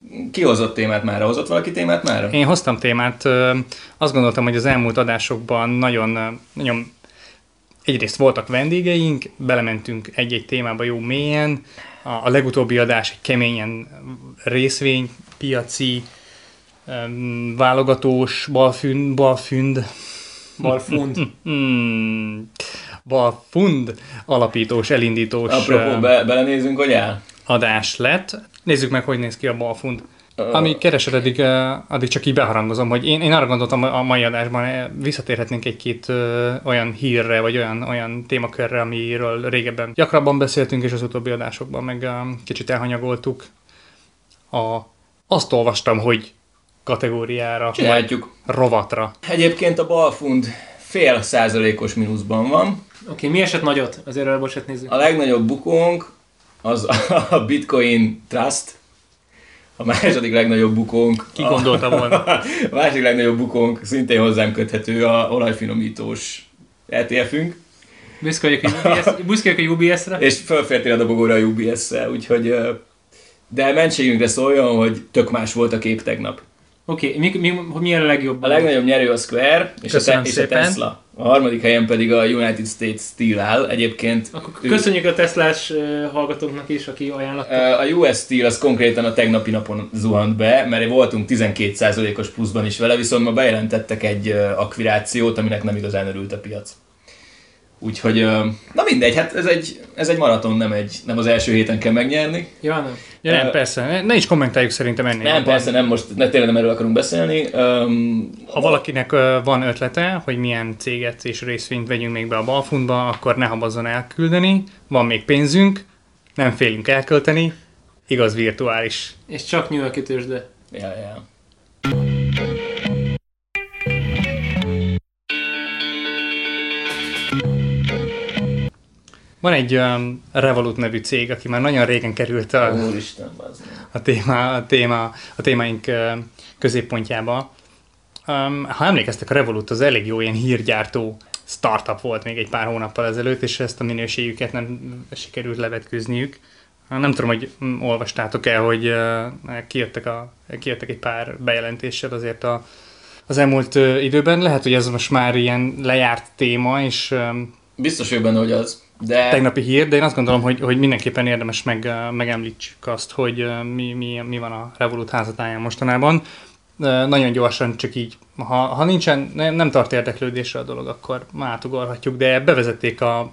Ki hozott témát mára? Hozott valaki témát mára? Én hoztam témát. Azt gondoltam, hogy az elmúlt adásokban nagyon egyrészt voltak vendégeink, belementünk egy-egy témába jó mélyen. A legutóbbi adás egy keményen részvénypiaci, válogatós, balfund alapítós, elindítós Apropó, belenézünk, hogy áll? adás lett. Nézzük meg, hogy néz ki a balfund. Ami keresed, addig csak így beharangozom, hogy én arra gondoltam a mai adásban, visszatérhetnénk egy-két olyan hírre, vagy olyan témakörre, amiről régebben gyakrabban beszéltünk, és az utóbbi adásokban meg kicsit elhanyagoltuk. Azt olvastam, hogy kategóriára, Csináljuk. Rovatra. Egyébként a balfund 0,5%-os mínuszban van. Oké, mi esett nagyot? Azért bocsánat, nézzük. A legnagyobb bukónk az a Bitcoin Trust. A második legnagyobb bukónk... Ki gondolta volna? A második legnagyobb bukónk szintén hozzám köthető a olajfinomítós ETF-ünk. Büszke vagyok a UBS-re. És fölfértél a dobogóra a UBS-szel, úgyhogy... De mentségünkre szóljon, hogy tök más volt a kép tegnap. Oké, milyen a legjobb? A legnagyobb nyerő a Square és a Tesla. A harmadik helyen pedig a United States Steel áll. Egyébként... Akkor köszönjük a Teslás hallgatóknak is, aki ajánlotta. A US Steel az konkrétan a tegnapi napon zuhant be, mert voltunk 12%-os pluszban is vele, viszont ma bejelentettek egy akvirációt, aminek nem igazán örült a piac. Úgyhogy, na mindegy, hát ez egy maraton, nem az első héten kell megnyerni. Ja, nem. Ja, nem, persze. Ne is kommentáljuk szerintem ennél. Nem, persze, nem most, tényleg nem erről akarunk beszélni. Ha valakinek van ötlete, hogy milyen céget és részvényt vegyünk még be a balfundba, akkor ne habozzon elküldeni. Van még pénzünk, nem félünk elkölteni, igaz virtuális. És csak New York-i tőzsde. Ja. Van egy Revolut nevű cég, aki már nagyon régen került a témáink középpontjába. Ha emlékeztek, a Revolut az elég jó ilyen hírgyártó startup volt még egy pár hónappal ezelőtt, és ezt a minőségüket nem sikerült levetkőzniük. Nem tudom, hogy olvastátok el, hogy kijöttek egy pár bejelentéssel azért az elmúlt időben. Lehet, hogy ez most már ilyen lejárt téma, és biztos vagyok benne, hogy az. De... tegnapi hír, de én azt gondolom, hogy mindenképpen érdemes megemlítsük azt, hogy mi van a Revolut házatáján mostanában. Nagyon gyorsan, csak így, ha nincsen, nem tart érdeklődésre a dolog, akkor már átugorhatjuk, de bevezették a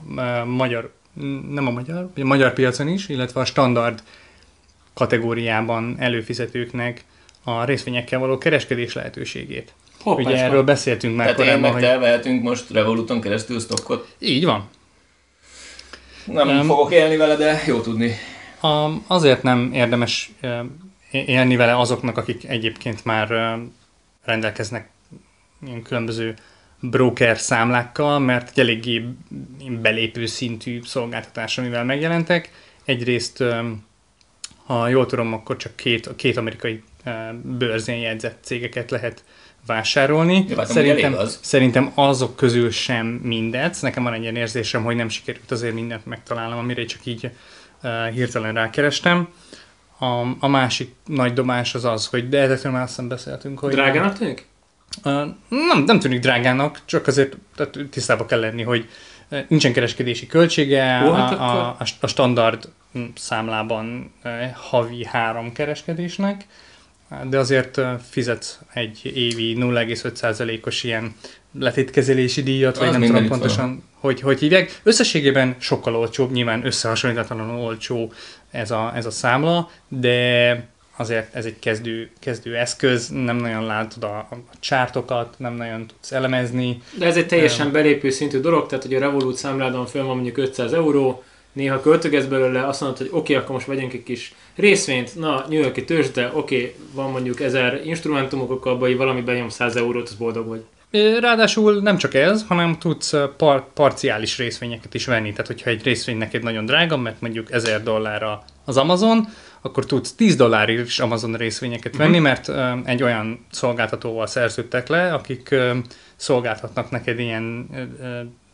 magyar piacon is, illetve a standard kategóriában előfizetőknek a részvényekkel való kereskedés lehetőségét. Hoppás, ugye erről beszéltünk már korábban. Tehát én meg hogy... te vehetünk most Revoluton keresztül stockot? Így van. Nem fogok élni vele, de jó tudni. Azért nem érdemes élni vele azoknak, akik egyébként már rendelkeznek ilyen különböző broker számlákkal, mert egy eléggé belépő szintű szolgáltatás, amivel megjelentek. Egyrészt, ha jól tudom, akkor csak két amerikai bőrzén jegyzett cégeket lehet vásárolni. Szerintem azok közül sem mindet. Nekem van egy ilyen érzésem, hogy nem sikerült azért mindent megtalálnom, amire csak így hirtelen rákerestem. A másik nagy dobás az, hogy de ezekről már azt beszéltünk, hogy... Drágának tűnik? Nem tűnik drágának, csak azért tisztában kell lenni, hogy nincsen kereskedési költsége, a standard számlában havi 3 kereskedésnek, de azért fizetsz egy évi 0,5%-os ilyen letétkezelési díjat, vagy nem tudom pontosan, hogy hívják. Összességében sokkal olcsóbb, nyilván összehasonlítatlanul olcsó ez a számla, de azért ez egy kezdő eszköz, nem nagyon látod a csártokat, nem nagyon tudsz elemezni. De ez egy teljesen belépő szintű dolog, tehát hogy a Revolut számládon föl van mondjuk 500 €, néha költögetsz belőle, azt mondod, hogy oké, akkor most vegyünk egy kis részvényt, na, New York-i tőzsde, oké, van mondjuk 1000 instrumentumok, akkor abban valami benyom 100 €, az boldog vagy. Ráadásul nem csak ez, hanem tudsz parciális részvényeket is venni. Tehát, hogyha egy részvény neked nagyon drága, mert mondjuk $1000 az Amazon, akkor tudsz $10 is Amazon részvényeket venni, mert egy olyan szolgáltatóval szerződtek le, akik szolgáltatnak neked ilyen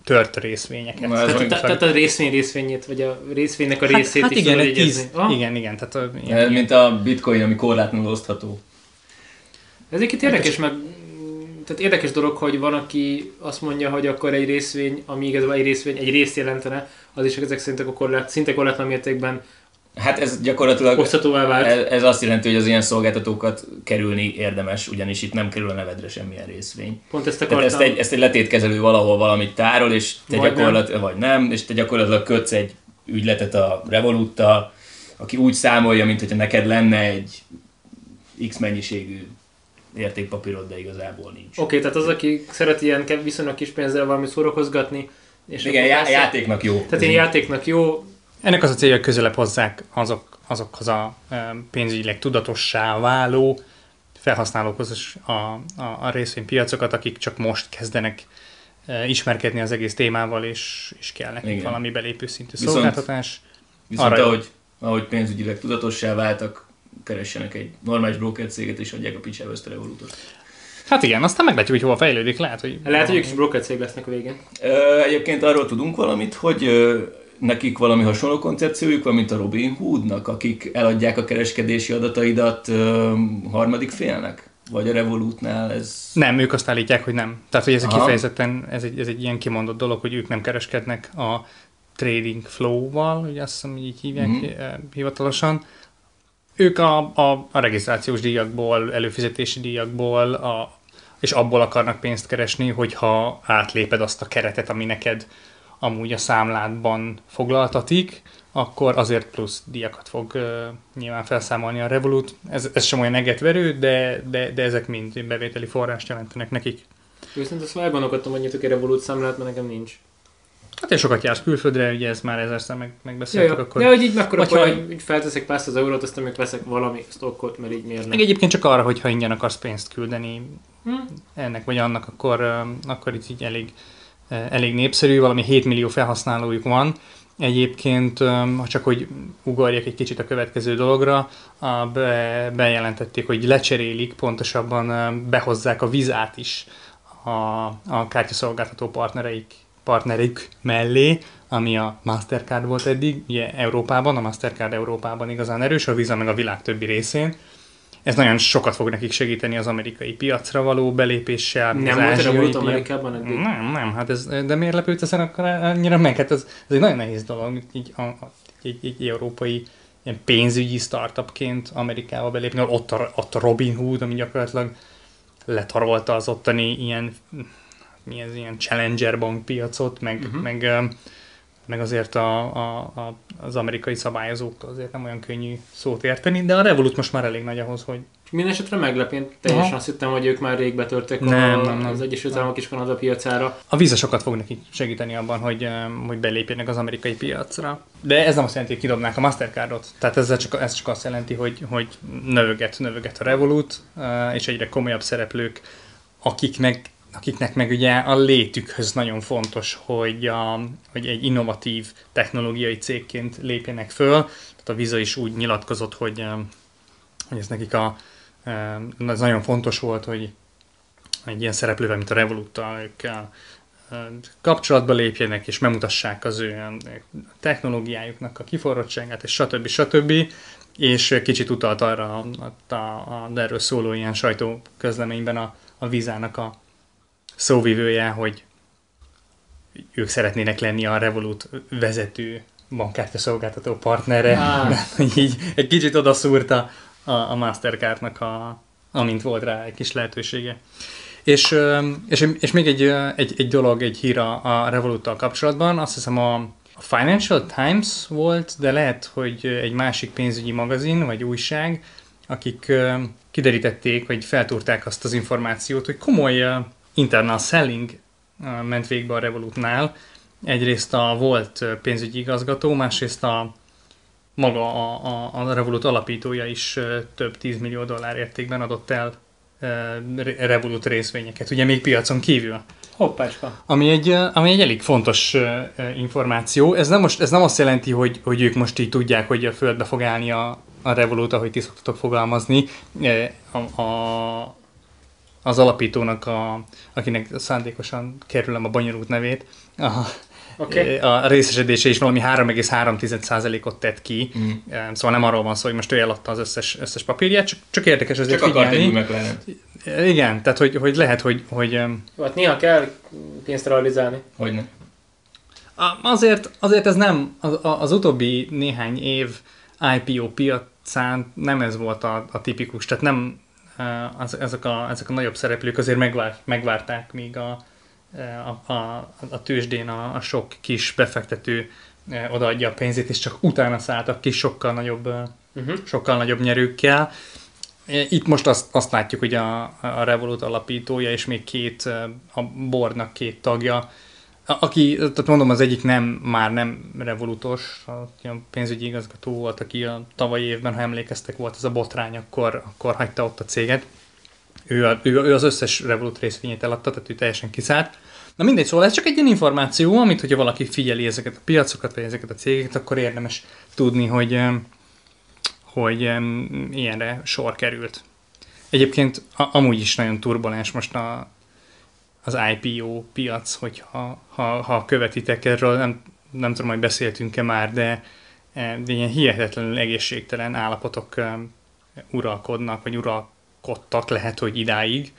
tört részvényeket. Na, ez Tehát a részvényét, vagy a részvénynek a részét is igen, tudod jegyezni. Igen, tehát mint a bitcoin, ami korlátlanul osztható. Ez egyébként érdekes, tehát érdekes dolog, hogy van, aki azt mondja, hogy akkor egy részvény, ami igazából egy részvény, egy részt jelentene, az is ezek szerint akkor szinte korlátlan mértékben Hát ez gyakorlatilag oszthatóvá vált. ez azt jelenti, hogy az ilyen szolgáltatókat kerülni érdemes, ugyanis itt nem kerül a nevedre semmilyen részvény. Pont ezt Tehát akartam. ezt egy letétkezelő valahol valamit tárol, és te Vagy nem, és te gyakorlatilag kötsz egy ügyletet a Revoluttal, aki úgy számolja, mint hogyha neked lenne egy X mennyiségű értékpapírod, de igazából nincs. Oké, tehát az, aki szereti ilyen viszonylag kis pénzzel valamit szórakozgatni, és Igen, játéknak jó. Tehát ilyen játéknak jó. Ennek az a célja, hogy közelebb hozzák azokhoz a pénzügyileg tudatossá váló felhasználókhoz is a részvénypiacokat, akik csak most kezdenek ismerkedni az egész témával, és kell nekik valami belépő szintű szolgáltatás. Viszont ahogy pénzügyileg tudatossá váltak, keressenek egy normális broker céget, és adják a picsába ezt a Revolutot. Hát igen, aztán meglátjuk, hogy hova fejlődik. Lehet, hogy ők is broker cég lesznek a végén. Egyébként arról tudunk valamit, hogy nekik valami hasonló koncepciójuk van, mint a Robinhoodnak, akik eladják a kereskedési adataidat harmadik félnek? Vagy a Revolutnál ez... Nem, ők azt állítják, hogy nem. Tehát, hogy ez kifejezetten ez egy ilyen kimondott dolog, hogy ők nem kereskednek a trading flow-val, ugye azt hiszem, így hívják hivatalosan. Ők a regisztrációs díjakból, előfizetési díjakból, és abból akarnak pénzt keresni, hogyha átléped azt a keretet, ami neked amúgy a számládban foglaltatik, akkor azért plusz díjakat fog nyilván felszámolni a Revolut. Ez sem olyan egetverő, de ezek mind bevételi forrást jelentenek nekik. Viszont azt elgondolkodtam, hogy nyitok egy Revolut számlát, mert nekem nincs. Hát és sokat jársz külföldre, ugye ezt már ezerszer megbeszéltük. Akkor... De hogy így mekkora hogy felteszek pár száz eurót, aztán még veszek valami stockot, mert így miért nem. Meg egyébként csak arra, hogyha ingyen akarsz pénzt küldeni ennek vagy annak, akkor itt így elég népszerű, valami 7 millió felhasználójuk van. Egyébként, ha csak hogy ugorjak egy kicsit a következő dologra, bejelentették, hogy lecserélik, pontosabban behozzák a Vizát is a kártyaszolgáltató partnereik mellé, ami a Mastercard volt eddig, ugye Európában, a Mastercard Európában igazán erős, a Visa meg a világ többi részén. Ez nagyon sokat fog nekik segíteni az amerikai piacra való belépéssel. Nem volt a Revolut Amerikában eddig? Nem, hát de miért lepődsz akkor annyira meg? Hát ez egy nagyon nehéz dolog, így egy európai ilyen pénzügyi startupként Amerikába belépni, ott a Robinhood, ami gyakorlatilag letarolta az ottani ilyen challenger bank piacot, meg azért az amerikai szabályozók azért nem olyan könnyű szót érteni, de a Revolut most már elég nagy ahhoz, hogy... Mindenesetre meglep, én teljesen azt hittem, hogy ők már rég betörtek az Egyesült Államok és Kanada piacára. A Visa sokat fog nekik segíteni abban, hogy belépjenek az amerikai piacra. De ez nem azt jelenti, hogy kidobnák a Mastercardot. Tehát ez csak azt jelenti, hogy növöget a Revolut, és egyre komolyabb szereplők, akiknek meg ugye a létükhöz nagyon fontos, hogy egy innovatív technológiai cégként lépjenek föl. Tehát a Visa is úgy nyilatkozott, hogy ez nekik ez nagyon fontos volt, hogy egy ilyen szereplővel, mint a Revoluttal ők kapcsolatba lépjenek, és megmutassák az ő technológiájuknak a kiforrottságát, és stb. És kicsit utalt arra de erről szóló ilyen sajtóközleményben a Visának a szóvivője, hogy ők szeretnének lenni a Revolut vezető bankkártyaszolgáltató partnere, így egy kicsit odaszúrta a Mastercardnak, amint volt rá egy kis lehetősége. És még egy dolog, egy hír a Revoluttal kapcsolatban, azt hiszem a Financial Times volt, de lehet, hogy egy másik pénzügyi magazin vagy újság, akik kiderítették, vagy feltúrták azt az információt, hogy komoly internal selling ment végbe a Revolutnál. Egyrészt a volt pénzügyi igazgató, másrészt maga a Revolut alapítója is több 10 millió dollár értékben adott el Revolut részvényeket, ugye még piacon kívül. Hoppácska. Ami egy elég fontos információ. Ez nem azt jelenti, hogy ők most így tudják, hogy a földbe fog állni a Revolut, ahogy ti szoktatok fogalmazni. az alapítónak, akinek szándékosan kerülöm a bonyolult nevét, a részesedése is valami 3,3%-ot tett ki. Szóval nem arról van szó, hogy most ő eladta az összes papírját, csak érdekes azért csak figyelni. Csak akart egy McLaren-t. Igen, tehát hogy lehet, hogy Jó, hát néha kell pénzt realizálni. Hogyne. Azért ez nem, az utóbbi néhány év IPO piacán nem ez volt a tipikus, tehát nem ezek a nagyobb szereplők azért megvárták, míg a tőzsdén a sok kis befektető odaadja a pénzét, és csak utána szálltak ki sokkal nagyobb nyerőkkel. Itt most azt látjuk, hogy a Revolut alapítója és még a boardnak 2 tagja, aki, tehát mondom, az egyik már nem Revolutos, a pénzügyi igazgató volt, aki a tavalyi évben, ha emlékeztek, volt ez a botrány, akkor hagyta ott a céget. Ő az összes Revolut részvényét eladta, tehát ő teljesen kiszállt. Na mindegy, szóval ez csak egy ilyen információ, amit hogyha valaki figyeli ezeket a piacokat, vagy ezeket a cégeket, akkor érdemes tudni, hogy ilyenre sor került. Egyébként amúgy is nagyon turbulens most az IPO piac, ha követitek erről, nem tudom, hogy beszéltünk-e már, de ilyen hihetetlenül egészségtelen állapotok uralkodnak, vagy uralkodtak lehet, hogy idáig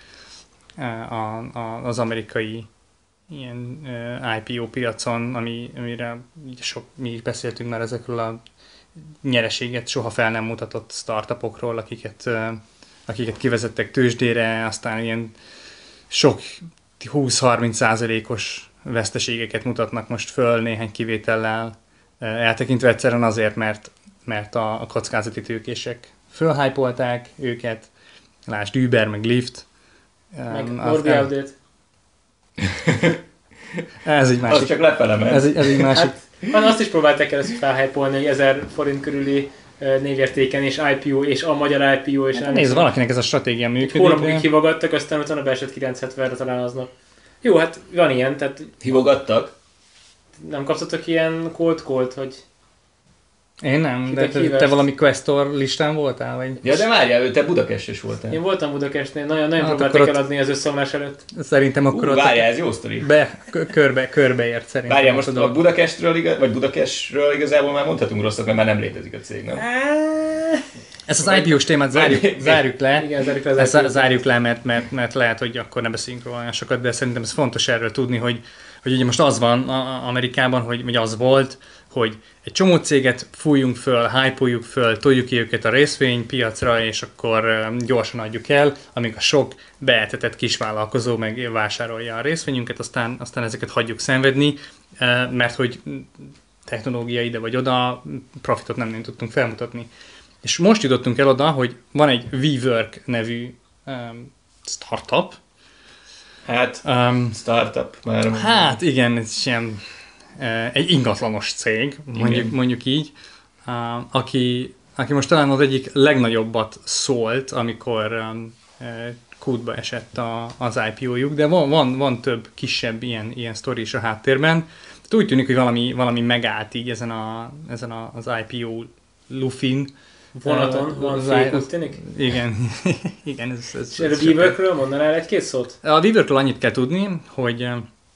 az amerikai ilyen IPO piacon, amire mi is beszéltünk már ezekről a nyereséget soha fel nem mutatott startupokról, akiket kivezettek tőzsdére, aztán ilyen sok 20-30%-os veszteségeket mutatnak most föl néhány kivétellel, eltekintve egyszerűen azért, mert a kockázati tőkések fölhypolták őket, lásd Uber, meg Lyft. Meg Norbi Audit. Ez egy másik. Az csak lefele ment. Ez egy másik. Hát, azt is próbálták először felhypolni, hogy 1000 forint körüli névértéken, és IPO, és a magyar IPO, és nem. Nézd, valakinek ez a stratégia működik. Hónapokig hivogattak, aztán utána beesett 970-re talán aznap. Jó, hát van ilyen, tehát... Hivogattak? Nem kaptatok ilyen cold, hogy... Én nem, de te valami Questor listán voltál? Vagy? Ja, de várjál, te Budakestes voltál. Én voltam Budakestnél, nagyon próbáltak eladni az összeomlás előtt. Szerintem akkor ott... Várjál, ez jó sztori. Körbeért szerintem. Várjál, most a Budakestről igazából már mondhatunk rosszat, mert már nem létezik a cég, nem? Ezt az IPO-s témát zárjuk le. Igen, zárjuk le, mert lehet, hogy akkor ne beszéljünk róla olyan sokat, de szerintem ez fontos erről tudni, hogy ugye most az van Amerikában, hogy az volt, hogy egy csomó céget fújjunk föl, hype-oljuk föl, toljuk ki őket a részvénypiacra, és akkor gyorsan adjuk el, amíg a sok beetetett kisvállalkozó meg vásárolja a részvényünket, aztán ezeket hagyjuk szenvedni, mert hogy technológia ide vagy oda, profitot nem tudtunk felmutatni. És most jutottunk el oda, hogy van egy WeWork nevű startup. Hát, startup már. Hát igen, ez ilyen egy ingatlanos cég, mondjuk így, aki most talán az egyik legnagyobbat szólt, amikor kútba esett az IPO-juk, de van több kisebb ilyen sztori is a háttérben. Tehát úgy tűnik, hogy valami megállt így ezen az IPO lufin. Vonaton van fék, úgy tűnik? Igen. Igen. És a WeWorkről mondanál egy-két szót? A WeWorkről annyit kell tudni, hogy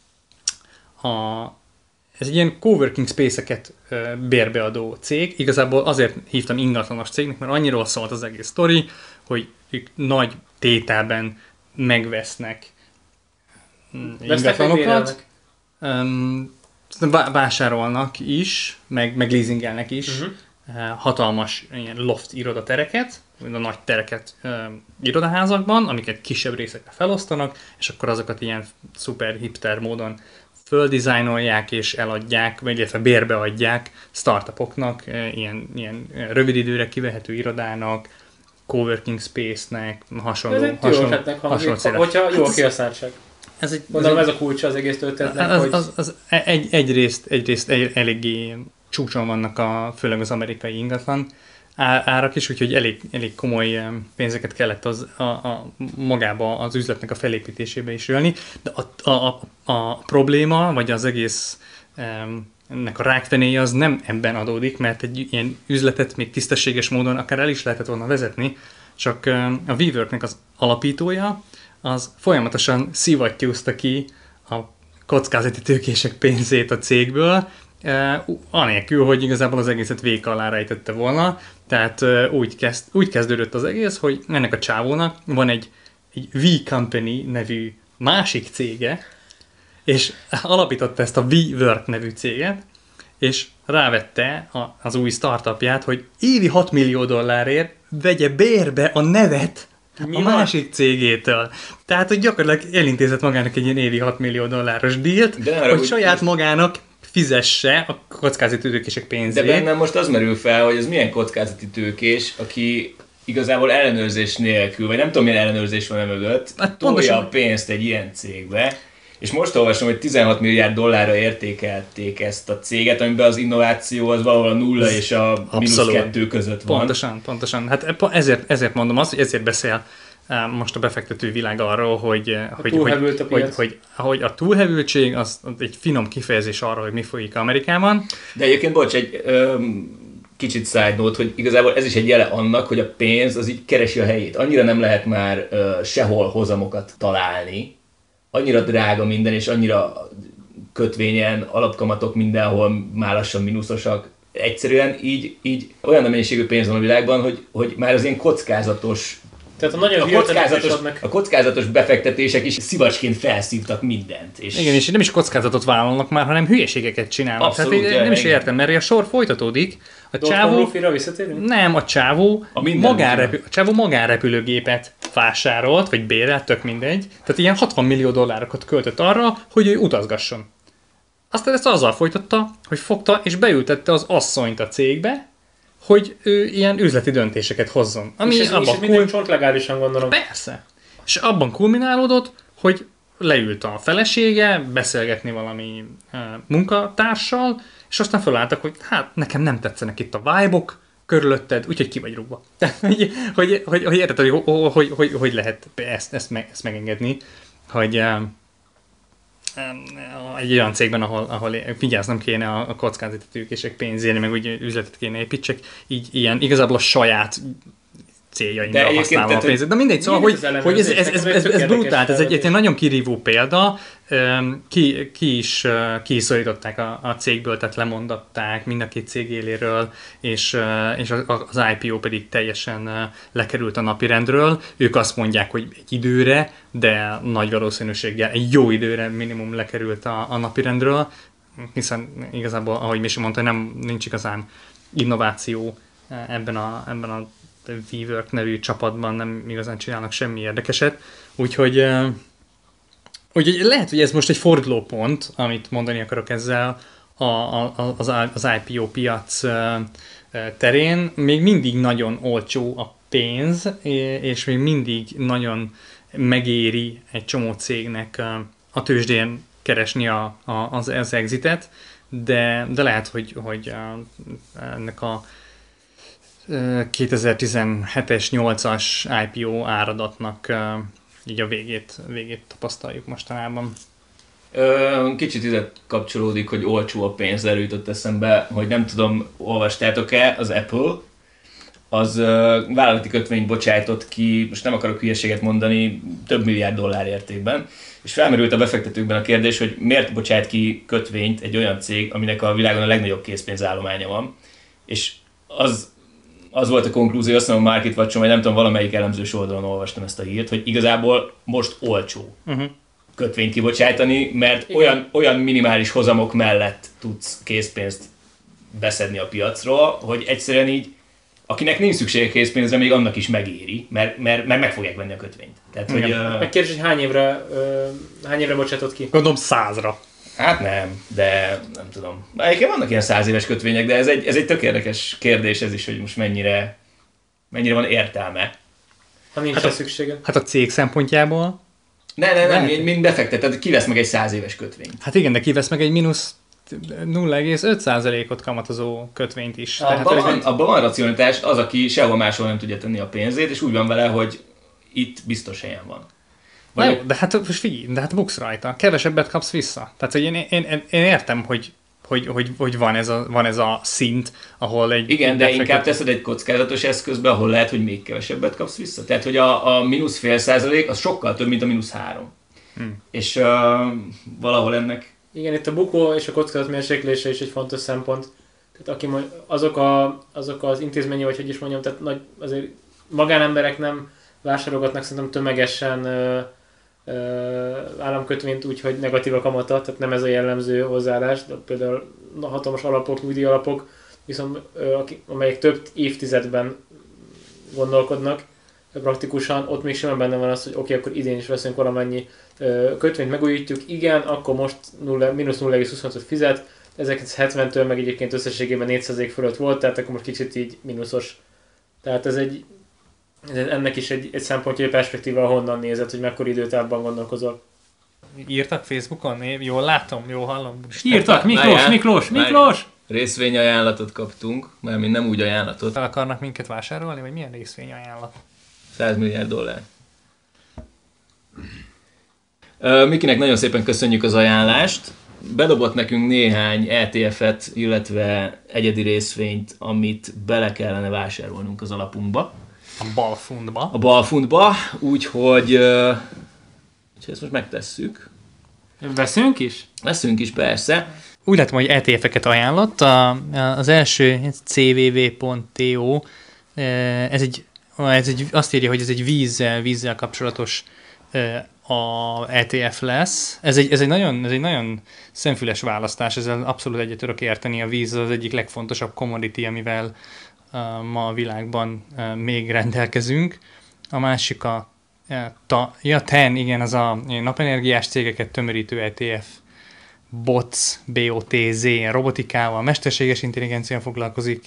ez egy ilyen coworking space-eket bérbeadó cég. Igazából azért hívtam ingatlanos cégnek, mert annyiról szólt az egész sztori, hogy ők nagy tételben megvesznek ingatlanokat. Vásárolnak is, meg leasingelnek is. Hatalmas ilyen loft irodatereket, a nagy tereket irodaházakban, amiket kisebb részekre felosztanak, és akkor azokat ilyen szuper hipster módon földizájnolják és eladják, vagy illetve bérbeadják startupoknak, ilyen rövid időre kivehető irodának, coworking space-nek, hasonló célra. Hogyha jól kihasználtság. Gondolom ez a kulcsa az egész történetnek, egyrészt eléggé csúcson vannak főleg az amerikai ingatlan árak is, úgyhogy elég komoly pénzeket kellett magába az üzletnek a felépítésébe is ölni. De a probléma, vagy az egész ennek a rákfenéje az nem ebben adódik, mert egy ilyen üzletet még tisztességes módon akár el is lehetett volna vezetni, csak a WeWorknek az alapítója az folyamatosan szivattyúzta ki a kockázati tőkések pénzét a cégből, anélkül, hogy igazából az egészet véka alá rejtette volna. Tehát úgy kezdődött az egész, hogy ennek a csávónak van egy V Company nevű másik cége, és alapította ezt a V-Work nevű céget, és rávette az új startupját, hogy évi $6 millió vegye bérbe a nevet a másik cégétől. Tehát, hogy gyakorlatilag elintézett magának egy ilyen évi $6 millió dílt, hogy saját magának fizesse a kockázati tőkések pénzét. De bennem most az merül fel, hogy ez milyen kockázati tőkés, aki igazából ellenőrzés nélkül, vagy nem tudom milyen ellenőrzés van mögött, hát tolja a pénzt egy ilyen cégbe, és most olvasom, hogy $16 milliárd értékelték ezt a céget, amiben az innováció az valahol a 0 és a -2 között van. Pontosan. Hát ezért mondom azt, hogy ezért beszél most a befektető világ arról, hogy a túlhevültség az egy finom kifejezés arra, hogy mi folyik Amerikában. De egyébként, bocs, egy kicsit side note, hogy igazából ez is egy jele annak, hogy a pénz az így keresi a helyét. Annyira nem lehet már sehol hozamokat találni, annyira drága minden, és annyira kötvényen, alapkamatok mindenhol már lassan mínuszosak. Egyszerűen így olyan mennyiségű pénz van a világban, hogy már az ilyen kockázatos, tehát a kockázatos befektetések is szivacsként felszívtak mindent. És igen, és nem is kockázatot vállalnak már, hanem hülyeségeket csinálnak. Abszolút, tehát nem is értem, mert a sor folytatódik. A csávó magánrepülőgépet vásárolt, vagy bérelt, tök mindegy. Tehát ilyen $60 millió költött arra, hogy ő utazgasson. Aztán ezt azzal folytatta, hogy fogta és beültette az asszonyt a cégbe, hogy ő ilyen üzleti döntéseket hozzon. Ami és ez minden csont legálisan, gondolom. Persze. És abban kulminálódott, hogy leült a felesége beszélgetni valami munkatársal, és aztán felálltak, hogy hát nekem nem tetszenek itt a vibe-ok körülötted, úgyhogy ki vagy rúgva. Tehát, hogy érted, hogy lehet ezt megengedni, hogy egy olyan cégben, ahol vigyáznom kéne a kockázati tőkések pénzére, meg úgy üzletet kéne építsek, így ilyen igazából a saját céljaimra használom a pénzet. De mindegy, szóval, hogy ez brutál, ez egy nagyon kirívó példa, ki is szorították a cégből, tehát lemondatták mind a két cég éléről, és az IPO pedig teljesen lekerült a napirendről. Ők azt mondják, hogy egy időre, de nagy valószínűséggel egy jó időre minimum lekerült a napirendről, hiszen igazából, ahogy Misi mondta, nincs igazán innováció ebben a V-Work nevű csapatban, nem igazán csinálnak semmi érdekeset, úgyhogy lehet, hogy ez most egy fordulópont, amit mondani akarok ezzel az IPO piac terén. Még mindig nagyon olcsó a pénz, és még mindig nagyon megéri egy csomó cégnek a tőzsdén keresni az exitet, de lehet, hogy ennek a 2017-es, 8-as IPO áradatnak így a végét tapasztaljuk mostanában. Kicsit ide kapcsolódik, hogy olcsó a pénz, jutott eszembe, hogy nem tudom, olvastátok-e, az Apple, az vállalati kötvényt bocsájtott ki, most nem akarok hülyeséget mondani, több milliárd dollár értékben, és felmerült a befektetőkben a kérdés, hogy miért bocsájt ki kötvényt egy olyan cég, aminek a világon a legnagyobb készpénzállománya van, és az volt a konklúzió, azt mondom, a Market Watch-on, vagy nem tudom, valamelyik elemzős oldalon olvastam ezt a hírt, hogy igazából most olcsó kötvényt kibocsájtani, mert olyan minimális hozamok mellett tudsz készpénzt beszedni a piacról, hogy egyszerűen így, akinek nincs szüksége készpénzre, még annak is megéri, mert meg fogják venni a kötvényt. Tehát, hogy, megkérdés, hogy hány évre bocsátott ki? Gondolom 100-ra. Hát nem, de nem tudom. Egyébként vannak ilyen 100 éves kötvények, de ez egy tök érdekes kérdés ez is, hogy most mennyire van értelme. Ha nincs hát szüksége. Hát a cég szempontjából? Nem, mind befekteted, kivesz meg egy 100 éves kötvényt. Hát igen, de kivesz meg egy mínusz 0,5%-ot kamatozó kötvényt is. Abban van racionalitás, az, aki sehol máshol nem tudja tenni a pénzét, és úgy van vele, hogy itt biztos helyen van. Jó, de hát figyelj, buksz rajta, kevesebbet kapsz vissza. Tehát, hogy én értem, hogy hogy van ez a szint, ahol egy... Igen, de inkább teszed egy kockázatos eszközbe, ahol lehet, hogy még kevesebbet kapsz vissza. Tehát, hogy a mínusz fél százalék az sokkal több, mint a mínusz 3. És valahol ennek... Igen, itt a bukó és a kockázat mérséklése is egy fontos szempont. Tehát azok az intézményi, vagy hogy is mondjam, tehát azért magánemberek nem vásárolgatnak szerintem tömegesen államkötvényt úgy, hogy negatív a kamata, tehát nem ez a jellemző hozzáállás, de például hatalmas alapok, nyugdíj alapok, viszont amelyek több évtizedben gondolkodnak, praktikusan, ott még sem benne van az, hogy oké, akkor idén is veszünk valamennyi kötvényt, megújítjuk, igen, akkor most mínusz 0,25-öt fizet, 1970-től meg egyébként összességében 4% fölött volt, tehát akkor most kicsit így mínuszos. Tehát ez ennek is egy szempontja, egy perspektíva, honnan nézed, hogy mekkora időtávban gondolkozol. Írtak Facebookon? Jól látom, jól hallom. Írtak, Miklós! Részvényajánlatot kaptunk, mert mi nem úgy ajánlatot. El akarnak minket vásárolni, vagy milyen részvényajánlat? $100 milliárd. Mikinek nagyon szépen köszönjük az ajánlást. Bedobott nekünk néhány ETF-et, illetve egyedi részvényt, amit bele kellene vásárolnunk az alapunkba. A balfundba, úgyhogy ezt most megtesszük. Veszünk is? Veszünk is, persze. Úgy látom, hogy ETF-eket ajánlott. Az első cvv.to, azt írja, hogy ez egy vízzel kapcsolatos a ETF lesz. Ez egy nagyon szemfüles választás, ezzel abszolút egyet tudok érteni. A víz az egyik legfontosabb commodity, amivel ma a világban még rendelkezünk. A másik TEN, igen, az a napenergiás cégeket tömörítő ETF, BOTZ, robotikával, mesterséges intelligencia foglalkozik,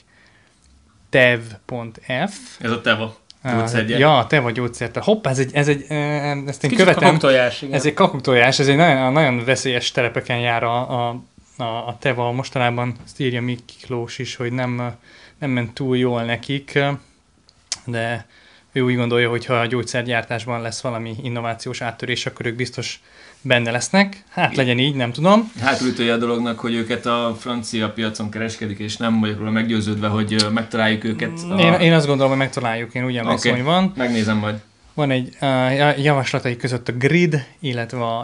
TEV.F. Ez a TEVA. Gyógyszergyár. Ja, TEVA gyógyszergyár. Hoppá, ezt én követem. Kakuktojás, igen. Ez egy kakuktojás, ez egy nagyon veszélyes telepeken jár a TEVA. Mostanában azt írja Miklós is, hogy nem ment túl jól nekik, de ő úgy gondolja, hogy ha a gyógyszergyártásban lesz valami innovációs áttörés, akkor ők biztos benne lesznek. Hát legyen így, nem tudom. Hátulütője a dolognak, hogy őket a francia piacon kereskedik, és nem vagyok róla meggyőződve, hogy megtaláljuk őket. Én azt gondolom, hogy megtaláljuk, én úgy emlékszem, hogy van. Megnézem majd. Van egy javaslatai között a GRID, illetve a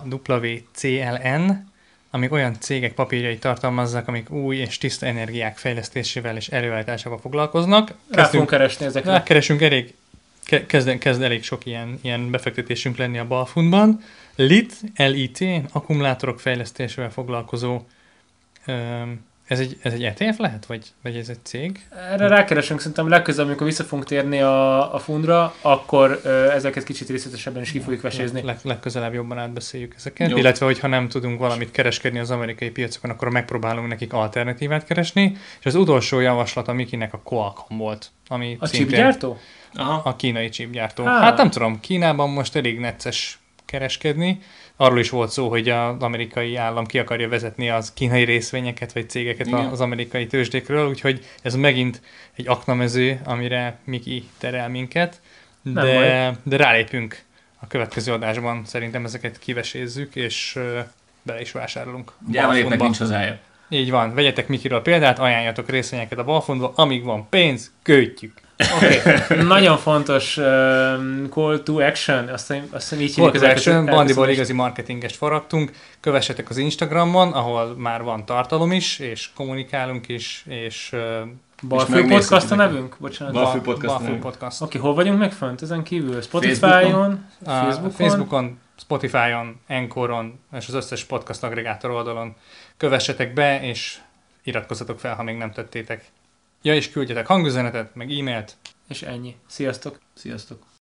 WCLN, amik olyan cégek papírjait tartalmazzák, amik új és tiszta energiák fejlesztésével és előállításával foglalkoznak. Rá fogunk keresni ezekre. Rákeresünk kezd elég sok ilyen befektetésünk lenni a balfundban. LIT, akkumulátorok fejlesztésével foglalkozó, ez egy ETF lehet, vagy ez egy cég? Erre rákeresünk, szerintem legközelebb, amikor vissza fogunk térni a fundra, akkor ezeket kicsit részletesebben is ki fogjuk vesézni. Legközelebb jobban átbeszéljük ezeket, jó. Illetve hogyha nem tudunk valamit kereskedni az amerikai piacokon, akkor megpróbálunk nekik alternatívát keresni, és az utolsó javaslat a Mikinek a Qualcomm volt. Ami a chipgyártó? A kínai chipgyártó. Hát nem tudom, Kínában most elég necces kereskedni. Arról is volt szó, hogy az amerikai állam ki akarja vezetni az kínai részvényeket vagy cégeket az amerikai tőzsdékről, úgyhogy ez megint egy aknamező, amire Miki terel minket, de rálépünk a következő adásban, szerintem ezeket kivesézzük, és bele is vásárolunk. Gyáva nincs hazája. Így van, vegyetek Mikiről példát, ajánljatok részvényeket a balfundba, amíg van pénz, kötjük. Okay. Nagyon fontos call to action, azt hiszem így hívjuk. Call to action, Bandiból igazi marketingest faragtunk. Kövessetek az Instagramon, ahol már van tartalom is, és kommunikálunk is, és... Balfő Podcast a nevünk? Bocsánat. Balfő Podcast. Oké, hol vagyunk meg fönt ezen kívül? Spotify-on, Facebookon, Spotify-on, Anchoron, és az összes podcast aggregátor oldalon. Kövessetek be, és iratkozzatok fel, ha még nem tettétek. Ja, és küldjetek hangüzenetet, meg e-mailt. És ennyi. Sziasztok! Sziasztok!